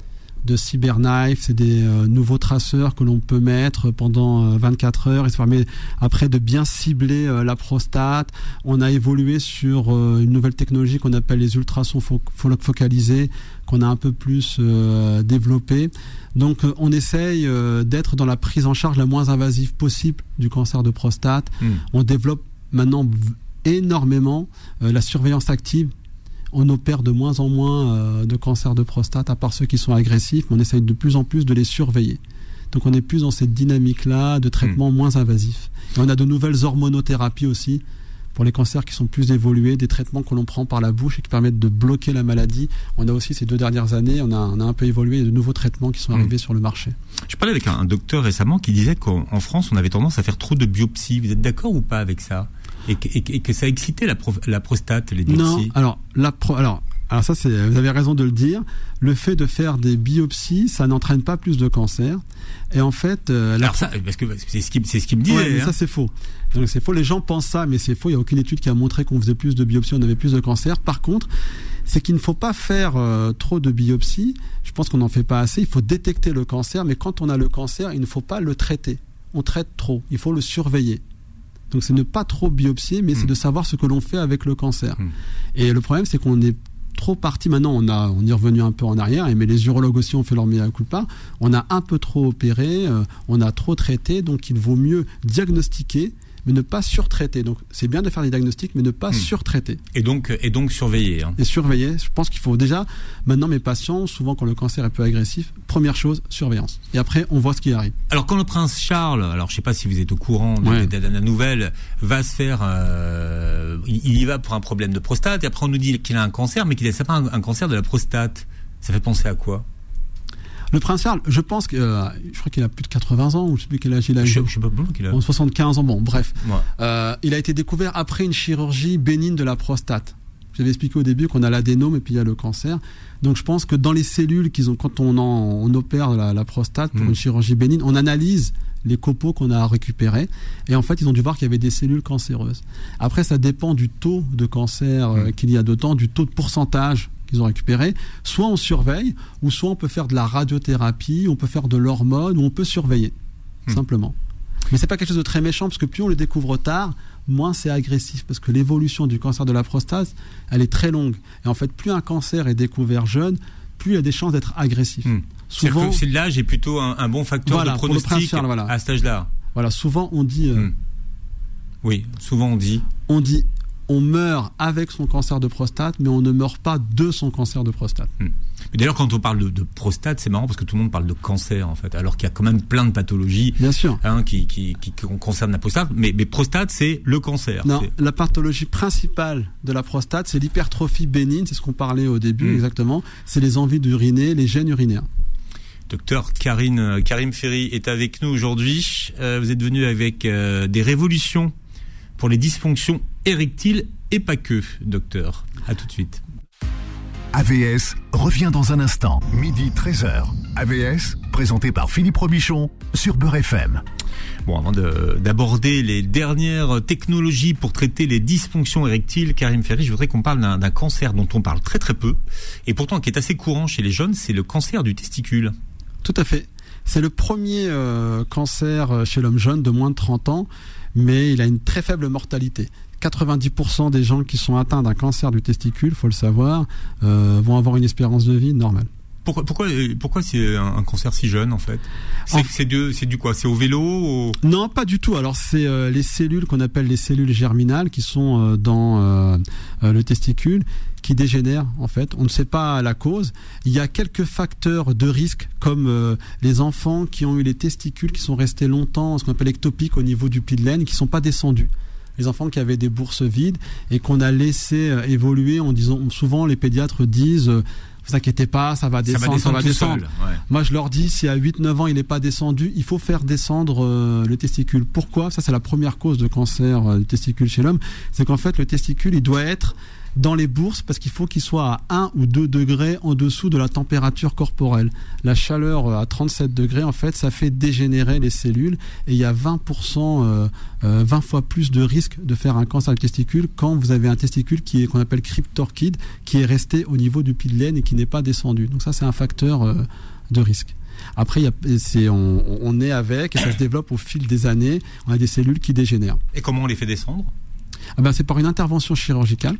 de CyberKnife, c'est des euh, nouveaux traceurs que l'on peut mettre pendant euh, vingt-quatre heures et ça permet après de bien cibler euh, la prostate. On a évolué sur euh, une nouvelle technologie qu'on appelle les ultrasons fo- focalisés, qu'on a un peu plus euh, développé. Donc euh, on essaye euh, d'être dans la prise en charge la moins invasive possible du cancer de prostate. Mmh. On développe maintenant énormément euh, la surveillance active. On opère de moins en moins euh, de cancers de prostate, à part ceux qui sont agressifs, mais on essaye de plus en plus de les surveiller. Donc on est plus dans cette dynamique-là de traitement mmh. moins invasif. Et on a de nouvelles hormonothérapies aussi, pour les cancers qui sont plus évolués, des traitements que l'on prend par la bouche et qui permettent de bloquer la maladie. On a aussi ces deux dernières années, on a, on a un peu évolué, il y a de nouveaux traitements qui sont arrivés mmh. sur le marché. Je parlais avec un, un docteur récemment qui disait qu'en en France, on avait tendance à faire trop de biopsies. Vous êtes d'accord ou pas avec ça? Et que, et, et que ça excitait la, pro, la prostate, les biopsies? Non, alors, la pro, alors, alors ça, c'est, vous avez raison de le dire. Le fait de faire des biopsies, ça n'entraîne pas plus de cancer. Et en fait... Euh, la alors ça, parce que c'est ce qui, c'est ce qui me disait. Ouais, mais hein. ça, c'est faux. Donc c'est faux, les gens pensent ça, mais c'est faux. Il n'y a aucune étude qui a montré qu'on faisait plus de biopsies, on avait plus de cancer. Par contre, c'est qu'il ne faut pas faire euh, trop de biopsies. Je pense qu'on n'en fait pas assez. Il faut détecter le cancer, mais quand on a le cancer, il ne faut pas le traiter. On traite trop, il faut le surveiller. Donc c'est ne pas trop biopsier, mais mmh. c'est de savoir ce que l'on fait avec le cancer. Mmh. Et le problème, c'est qu'on est trop parti. Maintenant, on a, on est revenu un peu en arrière, mais les urologues aussi ont fait leur mea culpa. On a un peu trop opéré, euh, on a trop traité, donc il vaut mieux diagnostiquer, mais ne pas surtraiter. Donc c'est bien de faire des diagnostics, mais ne pas mmh. surtraiter. Et donc, et donc surveiller. Hein. Et surveiller. Je pense qu'il faut déjà, maintenant mes patients, souvent quand le cancer est peu agressif, première chose, surveillance. Et après, on voit ce qui arrive. Alors quand le prince Charles, alors je sais pas si vous êtes au courant de, ouais. de, de, de la nouvelle, va se faire, euh, il, il y va pour un problème de prostate, et après on nous dit qu'il a un cancer, mais qu'il n'a pas un, un cancer de la prostate. Ça fait penser à quoi? Le prince Charles, je pense que euh, je crois qu'il a plus de quatre-vingts ans, ou je sais plus quel âge il a. Je, je sais pas bon qu'il a. soixante-quinze ans, bon, bref. Ouais. Euh, il a été découvert après une chirurgie bénigne de la prostate. J'avais expliqué au début qu'on a l'adénome et puis il y a le cancer. Donc je pense que dans les cellules qu'ils ont, quand on, en, on opère la, la prostate pour mmh. une chirurgie bénigne, on analyse les copeaux qu'on a récupérés et en fait ils ont dû voir qu'il y avait des cellules cancéreuses. Après ça dépend du taux de cancer euh, mmh. qu'il y a dedans, du taux de pourcentage qu'ils ont récupéré. Soit on surveille, ou soit on peut faire de la radiothérapie, on peut faire de l'hormone, ou on peut surveiller, mmh. simplement. Mais c'est pas quelque chose de très méchant, parce que plus on le découvre tard, moins c'est agressif, parce que l'évolution du cancer de la prostate, elle est très longue. Et en fait, plus un cancer est découvert jeune, plus il a des chances d'être agressif. Mmh. Souvent, c'est l'âge est plutôt un, un bon facteur voilà, de pronostic Charles, voilà. à cet âge-là. Voilà, souvent on dit... Euh, mmh. Oui, souvent on dit... On dit... On meurt avec son cancer de prostate, mais on ne meurt pas de son cancer de prostate. Hum. Mais d'ailleurs, quand on parle de, de prostate, c'est marrant parce que tout le monde parle de cancer, en fait, alors qu'il y a quand même plein de pathologies Bien sûr. Hein, qui, qui, qui, qui concernent la prostate. Mais, mais prostate, c'est le cancer. Non, c'est... la pathologie principale de la prostate, c'est l'hypertrophie bénigne, c'est ce qu'on parlait au début, hum. exactement. C'est les envies d'uriner, les gènes urinaires. Docteur Karine, Karim Ferry est avec nous aujourd'hui. Euh, vous êtes venu avec euh, des révolutions pour les dysfonctions érectiles et pas que, docteur. À tout de suite. A V S revient dans un instant, midi treize heures. A V S, présenté par Philippe Robichon sur Beurre F M. Bon, avant de, d'aborder les dernières technologies pour traiter les dysfonctions érectiles, Karim Ferry, je voudrais qu'on parle d'un, d'un cancer dont on parle très très peu, et pourtant qui est assez courant chez les jeunes, c'est le cancer du testicule. Tout à fait. C'est le premier euh, cancer chez l'homme jeune de moins de trente ans, mais il a une très faible mortalité. quatre-vingt-dix pour cent des gens qui sont atteints d'un cancer du testicule, il faut le savoir, euh, vont avoir une espérance de vie normale. Pourquoi, pourquoi, pourquoi c'est un, un cancer si jeune en fait c'est, en... c'est, du, c'est du quoi? C'est au vélo au... Non, pas du tout. Alors c'est euh, les cellules qu'on appelle les cellules germinales qui sont euh, dans euh, euh, le testicule qui dégénèrent en fait. On ne sait pas la cause. Il y a quelques facteurs de risque comme euh, les enfants qui ont eu les testicules qui sont restés longtemps, ce qu'on appelle ectopiques au niveau du pli de laine, qui ne sont pas descendus. Les enfants qui avaient des bourses vides et qu'on a laissé euh, évoluer en disant, souvent les pédiatres disent euh, vous inquiétez pas, ça va descendre, ça va descendre. Ça va descendre. Seul, ouais. Moi, je leur dis, si à huit neuf ans, il n'est pas descendu, il faut faire descendre euh, le testicule. Pourquoi ? Ça, c'est la première cause de cancer euh, du testicule chez l'homme. C'est qu'en fait, le testicule, il doit être dans les bourses parce qu'il faut qu'il soit à un ou deux degrés en dessous de la température corporelle. La chaleur à trente-sept degrés, en fait, ça fait dégénérer les cellules et il y a vingt pour cent, euh, euh, vingt fois plus de risque de faire un cancer du testicule quand vous avez un testicule qui est, qu'on appelle cryptorchide, qui est resté au niveau du pli de laine et qui n'est pas descendu. Donc ça, c'est un facteur euh, de risque. Après, il y a, c'est, on, on est avec et ça se développe au fil des années. On a des cellules qui dégénèrent. Et comment on les fait descendre ? Ah ben, c'est par une intervention chirurgicale.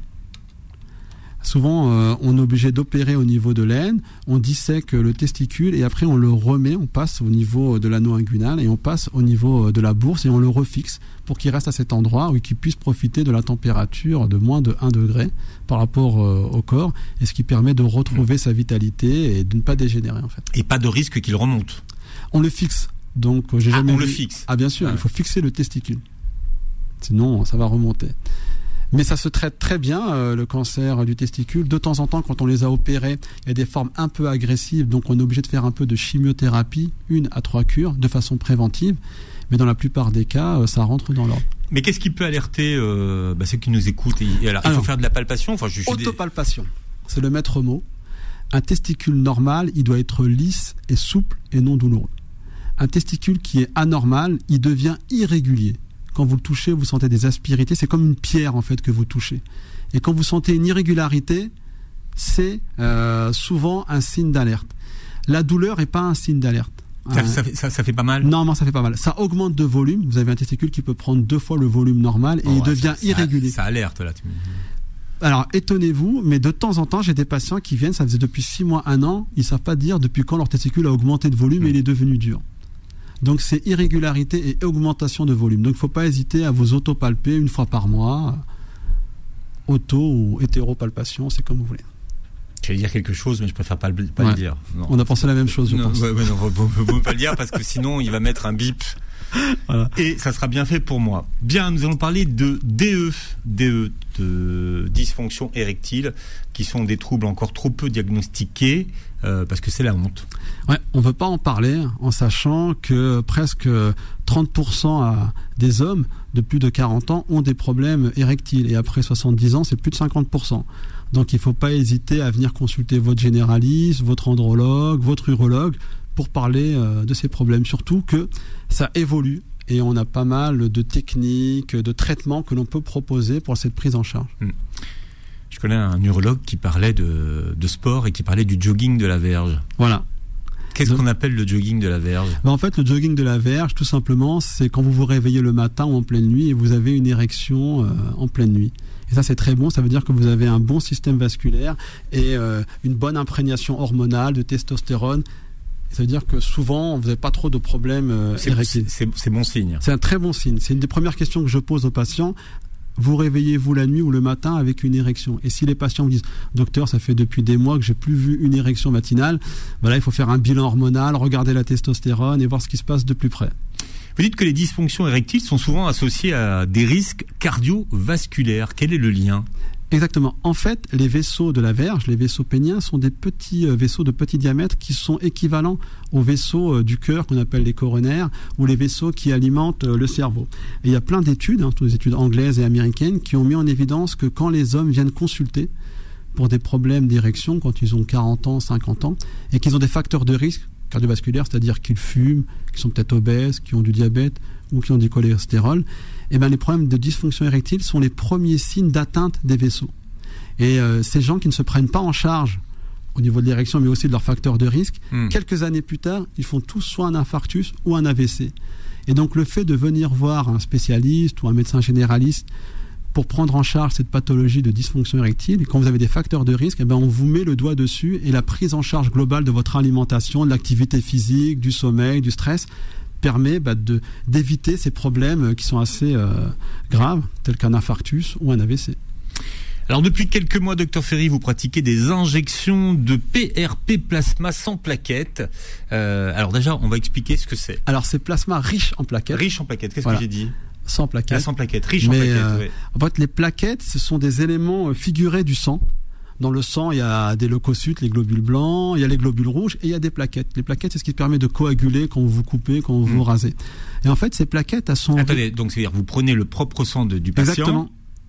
Souvent, euh, on est obligé d'opérer au niveau de l'aine, on dissèque le testicule et après on le remet, on passe au niveau de l'anneau inguinal et on passe au niveau de la bourse et on le refixe pour qu'il reste à cet endroit où il puisse profiter de la température de moins de un degré par rapport euh, au corps, et ce qui permet de retrouver mmh. sa vitalité et de ne pas dégénérer en fait. Et pas de risque qu'il remonte ? On le fixe. Donc, j'ai ah, jamais on vu... le fixe ? Ah bien sûr, ouais. Il faut fixer le testicule. Sinon, ça va remonter. Mais ça se traite très bien, euh, le cancer du testicule. De temps en temps, quand on les a opérés, il y a des formes un peu agressives, donc on est obligé de faire un peu de chimiothérapie, une à trois cures, de façon préventive. Mais dans la plupart des cas, euh, ça rentre dans l'ordre. Mais qu'est-ce qui peut alerter euh, bah, ceux qui nous écoutent et, alors, il alors, faut faire de la palpation enfin, je, je Autopalpation, des... c'est le maître mot. Un testicule normal, il doit être lisse et souple et non douloureux. Un testicule qui est anormal, il devient irrégulier. Quand vous le touchez, vous sentez des aspérités. C'est comme une pierre, en fait, que vous touchez. Et quand vous sentez une irrégularité, c'est euh, souvent un signe d'alerte. La douleur n'est pas un signe d'alerte. Ça, hein. ça, fait, ça, ça fait pas mal ? Non, non, ça fait pas mal. Ça augmente de volume. Vous avez un testicule qui peut prendre deux fois le volume normal et oh, il ouais, devient ça, irrégulier. Ça, ça alerte, là. Tu... Alors, étonnez-vous, mais de temps en temps, j'ai des patients qui viennent, ça faisait depuis six mois, un an, ils ne savent pas dire depuis quand leur testicule a augmenté de volume mmh. et il est devenu dur. Donc c'est irrégularité et augmentation de volume. Donc il ne faut pas hésiter à vous auto-palper une fois par mois. Auto ou hétéropalpation, c'est comme vous voulez. J'allais dire quelque chose, mais je préfère pas le, pas ouais. le dire. Non. On a pensé la même chose, je non, pense. Ouais, ouais, non, vous ne pouvez pas le dire parce que sinon il va mettre un bip Voilà. Et ça sera bien fait pour moi. Bien, nous allons parler de D E, D E, de dysfonction érectile, qui sont des troubles encore trop peu diagnostiqués, euh, parce que c'est la honte. Ouais, on ne veut pas en parler en sachant que presque trente pour cent des hommes de plus de quarante ans ont des problèmes érectiles. Et après soixante-dix ans, c'est plus de cinquante pour cent. Donc il ne faut pas hésiter à venir consulter votre généraliste, votre andrologue, votre urologue, pour parler euh, de ces problèmes. Surtout que ça évolue et on a pas mal de techniques, de traitements que l'on peut proposer pour cette prise en charge. Mmh. Je connais un urologue qui parlait de, de sport et qui parlait du jogging de la verge. Voilà. Qu'est-ce Donc, qu'on appelle le jogging de la verge ? Ben en fait, le jogging de la verge, tout simplement, c'est quand vous vous réveillez le matin ou en pleine nuit et vous avez une érection euh, en pleine nuit. Et ça, c'est très bon. Ça veut dire que vous avez un bon système vasculaire et euh, une bonne imprégnation hormonale de testostérone. Ça veut dire que souvent, vous n'avez pas trop de problèmes euh, érectiles. C'est, c'est bon signe. C'est un très bon signe. C'est une des premières questions que je pose aux patients. Vous réveillez-vous la nuit ou le matin avec une érection ? Et si les patients vous disent « Docteur, ça fait depuis des mois que j'ai plus vu une érection matinale », voilà, il faut faire un bilan hormonal, regarder la testostérone et voir ce qui se passe de plus près. Vous dites que les dysfonctions érectiles sont souvent associées à des risques cardiovasculaires. Quel est le lien ? Exactement. En fait, les vaisseaux de la verge, les vaisseaux péniens, sont des petits euh, vaisseaux de petit diamètre qui sont équivalents aux vaisseaux euh, du cœur qu'on appelle les coronaires ou les vaisseaux qui alimentent euh, le cerveau. Et il y a plein d'études, hein, toutes les études anglaises et américaines, qui ont mis en évidence que quand les hommes viennent consulter pour des problèmes d'érection, quand ils ont quarante ans, cinquante ans, et qu'ils ont des facteurs de risque cardiovasculaires, c'est-à-dire qu'ils fument, qu'ils sont peut-être obèses, qui ont du diabète ou qui ont du cholestérol, eh ben, les problèmes de dysfonction érectile sont les premiers signes d'atteinte des vaisseaux. Et euh, ces gens qui ne se prennent pas en charge au niveau de l'érection, mais aussi de leurs facteurs de risque, mmh. quelques années plus tard, ils font tous soit un infarctus ou un A V C. Et donc le fait de venir voir un spécialiste ou un médecin généraliste pour prendre en charge cette pathologie de dysfonction érectile, et quand vous avez des facteurs de risque, eh ben, on vous met le doigt dessus, et la prise en charge globale de votre alimentation, de l'activité physique, du sommeil, du stress, permet bah, de, d'éviter ces problèmes qui sont assez euh, graves, tels qu'un infarctus ou un A V C. Alors depuis quelques mois, docteur Ferry, vous pratiquez des injections de P R P plasma sans plaquettes. Euh, alors déjà, on va expliquer ce que c'est. Alors c'est plasma riche en plaquettes. Riche en plaquettes, qu'est-ce voilà. que j'ai dit ? Sans plaquettes. Ah, sans plaquettes, riche Mais, en plaquettes, euh, oui. En fait, les plaquettes, ce sont des éléments figurés du sang. Dans le sang, il y a des leucocytes, les globules blancs, il y a les globules rouges et il y a des plaquettes. Les plaquettes, c'est ce qui permet de coaguler quand vous vous coupez, quand vous mmh. vous rasez. Et en fait, ces plaquettes, elles sont... Attendez, donc c'est-à-dire vous prenez le propre sang de, du patient. Exactement.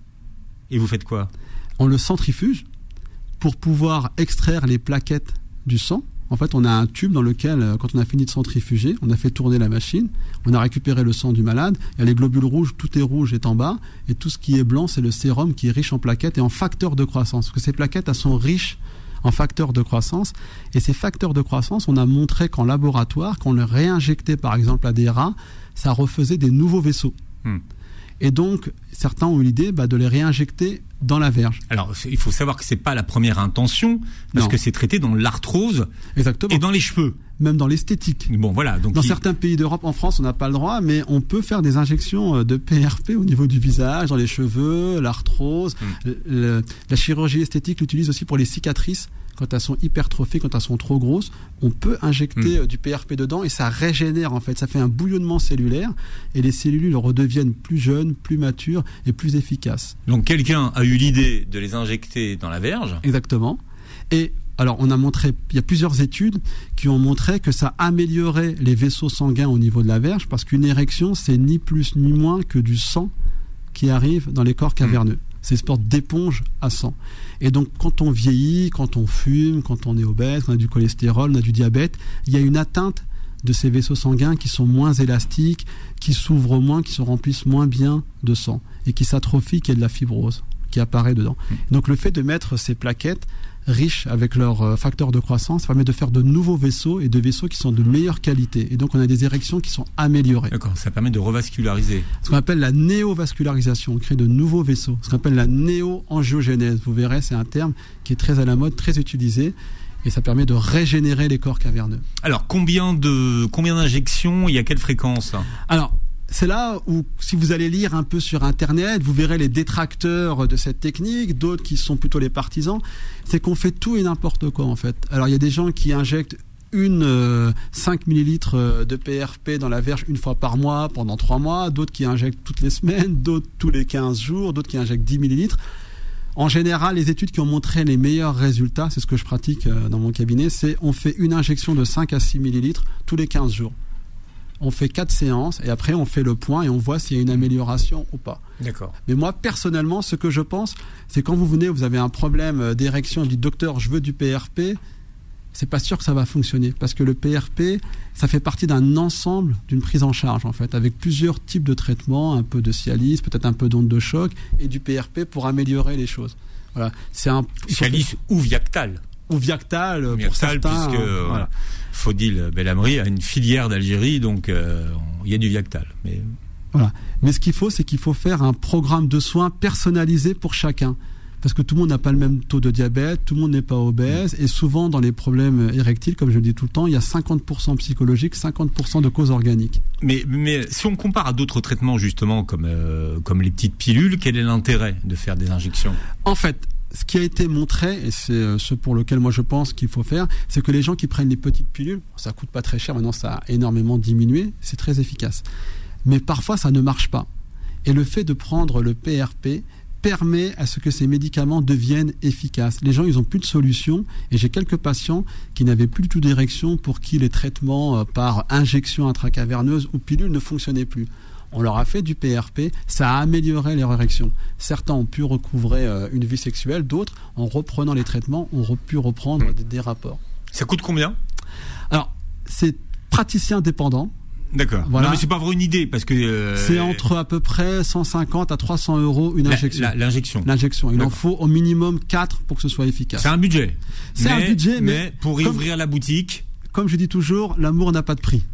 Et vous faites quoi ? On le centrifuge pour pouvoir extraire les plaquettes du sang. En fait, on a un tube dans lequel, quand on a fini de centrifuger, on a fait tourner la machine, on a récupéré le sang du malade, il y a les globules rouges, tout est rouge est en bas, et tout ce qui est blanc, c'est le sérum qui est riche en plaquettes et en facteurs de croissance. Parce que ces plaquettes, elles sont riches en facteurs de croissance, et ces facteurs de croissance, on a montré qu'en laboratoire, quand on les réinjectait par exemple à des rats, ça refaisait des nouveaux vaisseaux. Hmm. Et donc, certains ont eu l'idée bah, de les réinjecter dans la verge. Alors, il faut savoir que c'est pas la première intention, parce non. que c'est traité dans l'arthrose Exactement. Et dans les cheveux. Même dans l'esthétique. Bon, voilà. Donc dans il... certains pays d'Europe, en France, on n'a pas le droit, mais on peut faire des injections de P R P au niveau du visage, dans les cheveux, l'arthrose. Mmh. Le, la chirurgie esthétique l'utilise aussi pour les cicatrices. Quand elles sont hypertrophiées, quand elles sont trop grosses, on peut injecter mmh. du P R P dedans et ça régénère en fait. Ça fait un bouillonnement cellulaire et les cellules redeviennent plus jeunes, plus matures et plus efficaces. Donc quelqu'un a eu l'idée de les injecter dans la verge. Exactement. Et alors on a montré, il y a plusieurs études qui ont montré que ça améliorait les vaisseaux sanguins au niveau de la verge parce qu'une érection, c'est ni plus ni moins que du sang qui arrive dans les corps caverneux. Mmh. C'est une sorte d'éponge à sang. Et donc, quand on vieillit, quand on fume, quand on est obèse, quand on a du cholestérol, on a du diabète, il y a une atteinte de ces vaisseaux sanguins qui sont moins élastiques, qui s'ouvrent moins, qui se remplissent moins bien de sang et qui s'atrophient, qui est de la fibrose qui apparaît dedans. Mmh. Donc, le fait de mettre ces plaquettes riches avec leurs facteurs de croissance, ça permet de faire de nouveaux vaisseaux et de vaisseaux qui sont de meilleure qualité. Et donc, on a des érections qui sont améliorées. D'accord, ça permet de revasculariser. Ce qu'on appelle la néovascularisation, on crée de nouveaux vaisseaux. Ce qu'on appelle la néo-angiogénèse. Vous verrez, c'est un terme qui est très à la mode, très utilisé. Et ça permet de régénérer les corps caverneux. Alors, combien de combien d'injections et à quelle fréquence ? Alors, c'est là où, si vous allez lire un peu sur Internet, vous verrez les détracteurs de cette technique, d'autres qui sont plutôt les partisans. C'est qu'on fait tout et n'importe quoi, en fait. Alors, il y a des gens qui injectent une euh, cinq millilitres de P R P dans la verge une fois par mois pendant trois mois, d'autres qui injectent toutes les semaines, d'autres tous les quinze jours, d'autres qui injectent dix millilitres. En général, les études qui ont montré les meilleurs résultats, c'est ce que je pratique dans mon cabinet, c'est on fait une injection de cinq à six millilitres tous les quinze jours. On fait quatre séances et après on fait le point et on voit s'il y a une amélioration ou pas. D'accord. Mais moi, personnellement, ce que je pense, c'est quand vous venez, vous avez un problème d'érection, vous dites docteur, je veux du P R P, c'est pas sûr que ça va fonctionner parce que le P R P, ça fait partie d'un ensemble d'une prise en charge en fait, avec plusieurs types de traitements, un peu de Cialis, peut-être un peu d'onde de choc et du P R P pour améliorer les choses. Voilà, c'est un Cialis ou Viactal. Ou Viactal, Viactal pour certains. Puisque euh, voilà. Fodil Belhamri a une filière d'Algérie, donc euh, il y a du Viactal. Mais voilà. Mais ce qu'il faut, c'est qu'il faut faire un programme de soins personnalisé pour chacun. Parce que tout le monde n'a pas le même taux de diabète, tout le monde n'est pas obèse, et souvent dans les problèmes érectiles, comme je le dis tout le temps, il y a cinquante pour cent psychologiques, cinquante pour cent de causes organiques. Mais, mais si on compare à d'autres traitements justement comme, euh, comme les petites pilules, quel est l'intérêt de faire des injections ? En fait, ce qui a été montré, et c'est ce pour lequel moi je pense qu'il faut faire, c'est que les gens qui prennent les petites pilules, ça coûte pas très cher, maintenant ça a énormément diminué, c'est très efficace. Mais parfois ça ne marche pas. Et le fait de prendre le P R P permet à ce que ces médicaments deviennent efficaces. Les gens, ils n'ont plus de solution. Et j'ai quelques patients qui n'avaient plus du tout d'érection pour qui les traitements par injection intracaverneuse ou pilule ne fonctionnaient plus. On leur a fait du P R P, ça a amélioré leur érection. Certains ont pu recouvrer une vie sexuelle, d'autres, en reprenant les traitements, ont pu reprendre des, des rapports. Ça coûte combien ? Alors, c'est praticien dépendant. D'accord. Voilà. Non, mais c'est pas vraiment une idée parce que euh... c'est entre à peu près cent cinquante à trois cents euros une injection. La, la, l'injection. L'injection. Il D'accord. en faut au minimum quatre pour que ce soit efficace. C'est un budget. C'est mais, un budget, mais, mais pour comme, ouvrir la boutique. Comme je dis toujours, l'amour n'a pas de prix.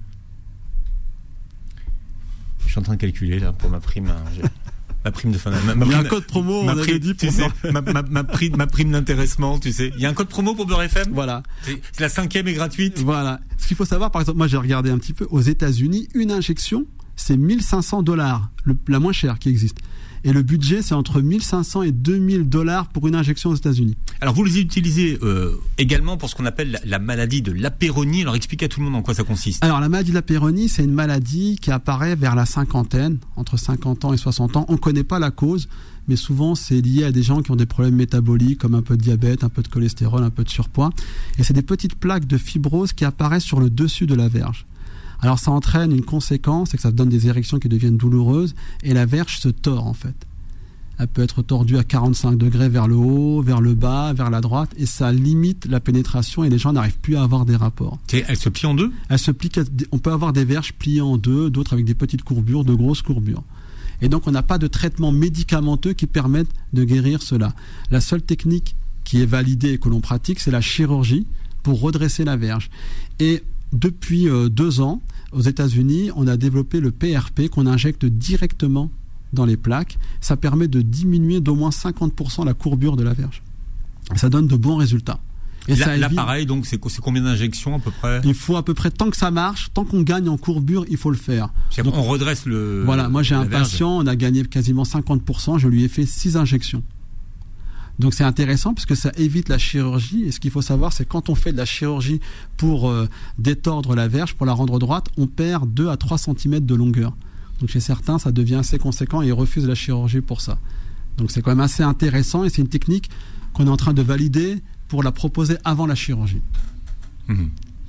Je suis en train de calculer là pour ma prime. Ma prime de fin d'année. Il y a un code promo, ma on prime, avait dit pour tu sais, ma, ma, ma, prime, ma prime d'intéressement, tu sais. Il y a un code promo pour Beurre F M. Voilà. C'est, c'est la cinquième est gratuite. Voilà. Ce qu'il faut savoir, par exemple, moi j'ai regardé un petit peu, aux États-Unis, une injection, c'est mille cinq cents dollars, le, la moins chère qui existe. Et le budget, c'est entre mille cinq cents et deux mille dollars pour une injection aux États-Unis. Alors, vous les utilisez euh, également pour ce qu'on appelle la, la maladie de l'apéronie. Alors, expliquez à tout le monde en quoi ça consiste. Alors, la maladie de l'apéronie, c'est une maladie qui apparaît vers la cinquantaine, entre cinquante ans et soixante ans. On ne connaît pas la cause, mais souvent, c'est lié à des gens qui ont des problèmes métaboliques, comme un peu de diabète, un peu de cholestérol, un peu de surpoids. Et c'est des petites plaques de fibrose qui apparaissent sur le dessus de la verge. Alors ça entraîne une conséquence, c'est que ça donne des érections qui deviennent douloureuses et la verge se tord en fait. Elle peut être tordue à quarante-cinq degrés vers le haut, vers le bas, vers la droite et ça limite la pénétration et les gens n'arrivent plus à avoir des rapports. Elle se plie en deux ? Elle se plie, on peut avoir des verges pliées en deux, d'autres avec des petites courbures, de grosses courbures. Et donc on n'a pas de traitement médicamenteux qui permette de guérir cela. La seule technique qui est validée et que l'on pratique, c'est la chirurgie pour redresser la verge. Et depuis euh, deux ans, aux États-Unis, on a développé le P R P qu'on injecte directement dans les plaques. Ça permet de diminuer d'au moins cinquante pour cent la courbure de la verge. Ça donne de bons résultats. Et là, ça évite... là, pareil, donc c'est, c'est combien d'injections à peu près ? Il faut à peu près, tant que ça marche, tant qu'on gagne en courbure, il faut le faire. Donc, on redresse le. Voilà, moi j'ai un verge. patient, on a gagné quasiment cinquante pour cent, je lui ai fait six injections. Donc c'est intéressant parce que ça évite la chirurgie. Et ce qu'il faut savoir, c'est quand on fait de la chirurgie pour euh, détordre la verge, pour la rendre droite, on perd deux à trois centimètres de longueur. Donc chez certains, ça devient assez conséquent et ils refusent la chirurgie pour ça. Donc c'est quand même assez intéressant et c'est une technique qu'on est en train de valider pour la proposer avant la chirurgie. Mmh.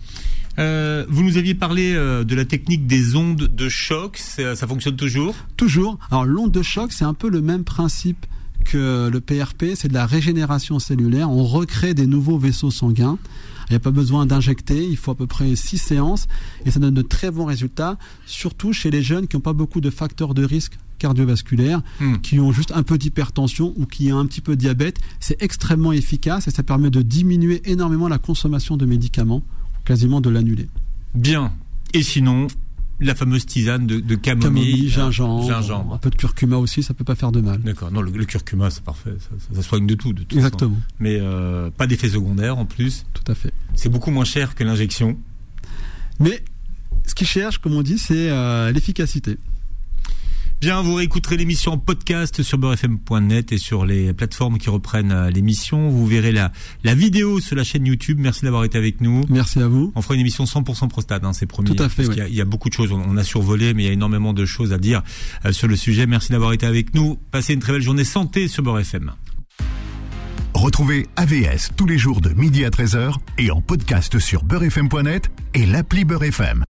Euh, vous nous aviez parlé euh, de la technique des ondes de choc. Ça, ça fonctionne toujours ? Toujours. Alors l'onde de choc, c'est un peu le même principe que le P R P, c'est de la régénération cellulaire. On recrée des nouveaux vaisseaux sanguins. Il n'y a pas besoin d'injecter, il faut à peu près six séances et ça donne de très bons résultats, surtout chez les jeunes qui n'ont pas beaucoup de facteurs de risque cardiovasculaires, mmh. qui ont juste un peu d'hypertension ou qui ont un petit peu de diabète. C'est extrêmement efficace et ça permet de diminuer énormément la consommation de médicaments, quasiment de l'annuler. Bien. Et sinon, la fameuse tisane de, de camomille, camomille gingembre, gingembre, un peu de curcuma aussi, ça peut pas faire de mal. D'accord. Non, le, le curcuma, c'est parfait, ça, ça, ça soigne de tout, de tout. Exactement. Ça. Mais euh, pas d'effet secondaire en plus. Tout à fait. C'est beaucoup moins cher que l'injection. Mais ce qu'ils cherchent, comme on dit, c'est euh, l'efficacité. Bien, vous réécouterez l'émission en podcast sur beurre f m point net et sur les plateformes qui reprennent l'émission. Vous verrez la, la vidéo sur la chaîne YouTube. Merci d'avoir été avec nous. Merci à vous. On fera une émission cent pour cent prostate, hein, c'est promis. Tout à fait, parce oui. qu'il y a, il y a beaucoup de choses. On, on a survolé, mais il y a énormément de choses à dire euh, sur le sujet. Merci d'avoir été avec nous. Passez une très belle journée santé sur Beurre F M. Retrouvez A V S tous les jours de midi à treize heures et en podcast sur beurre f m point net et l'appli Beurre F M.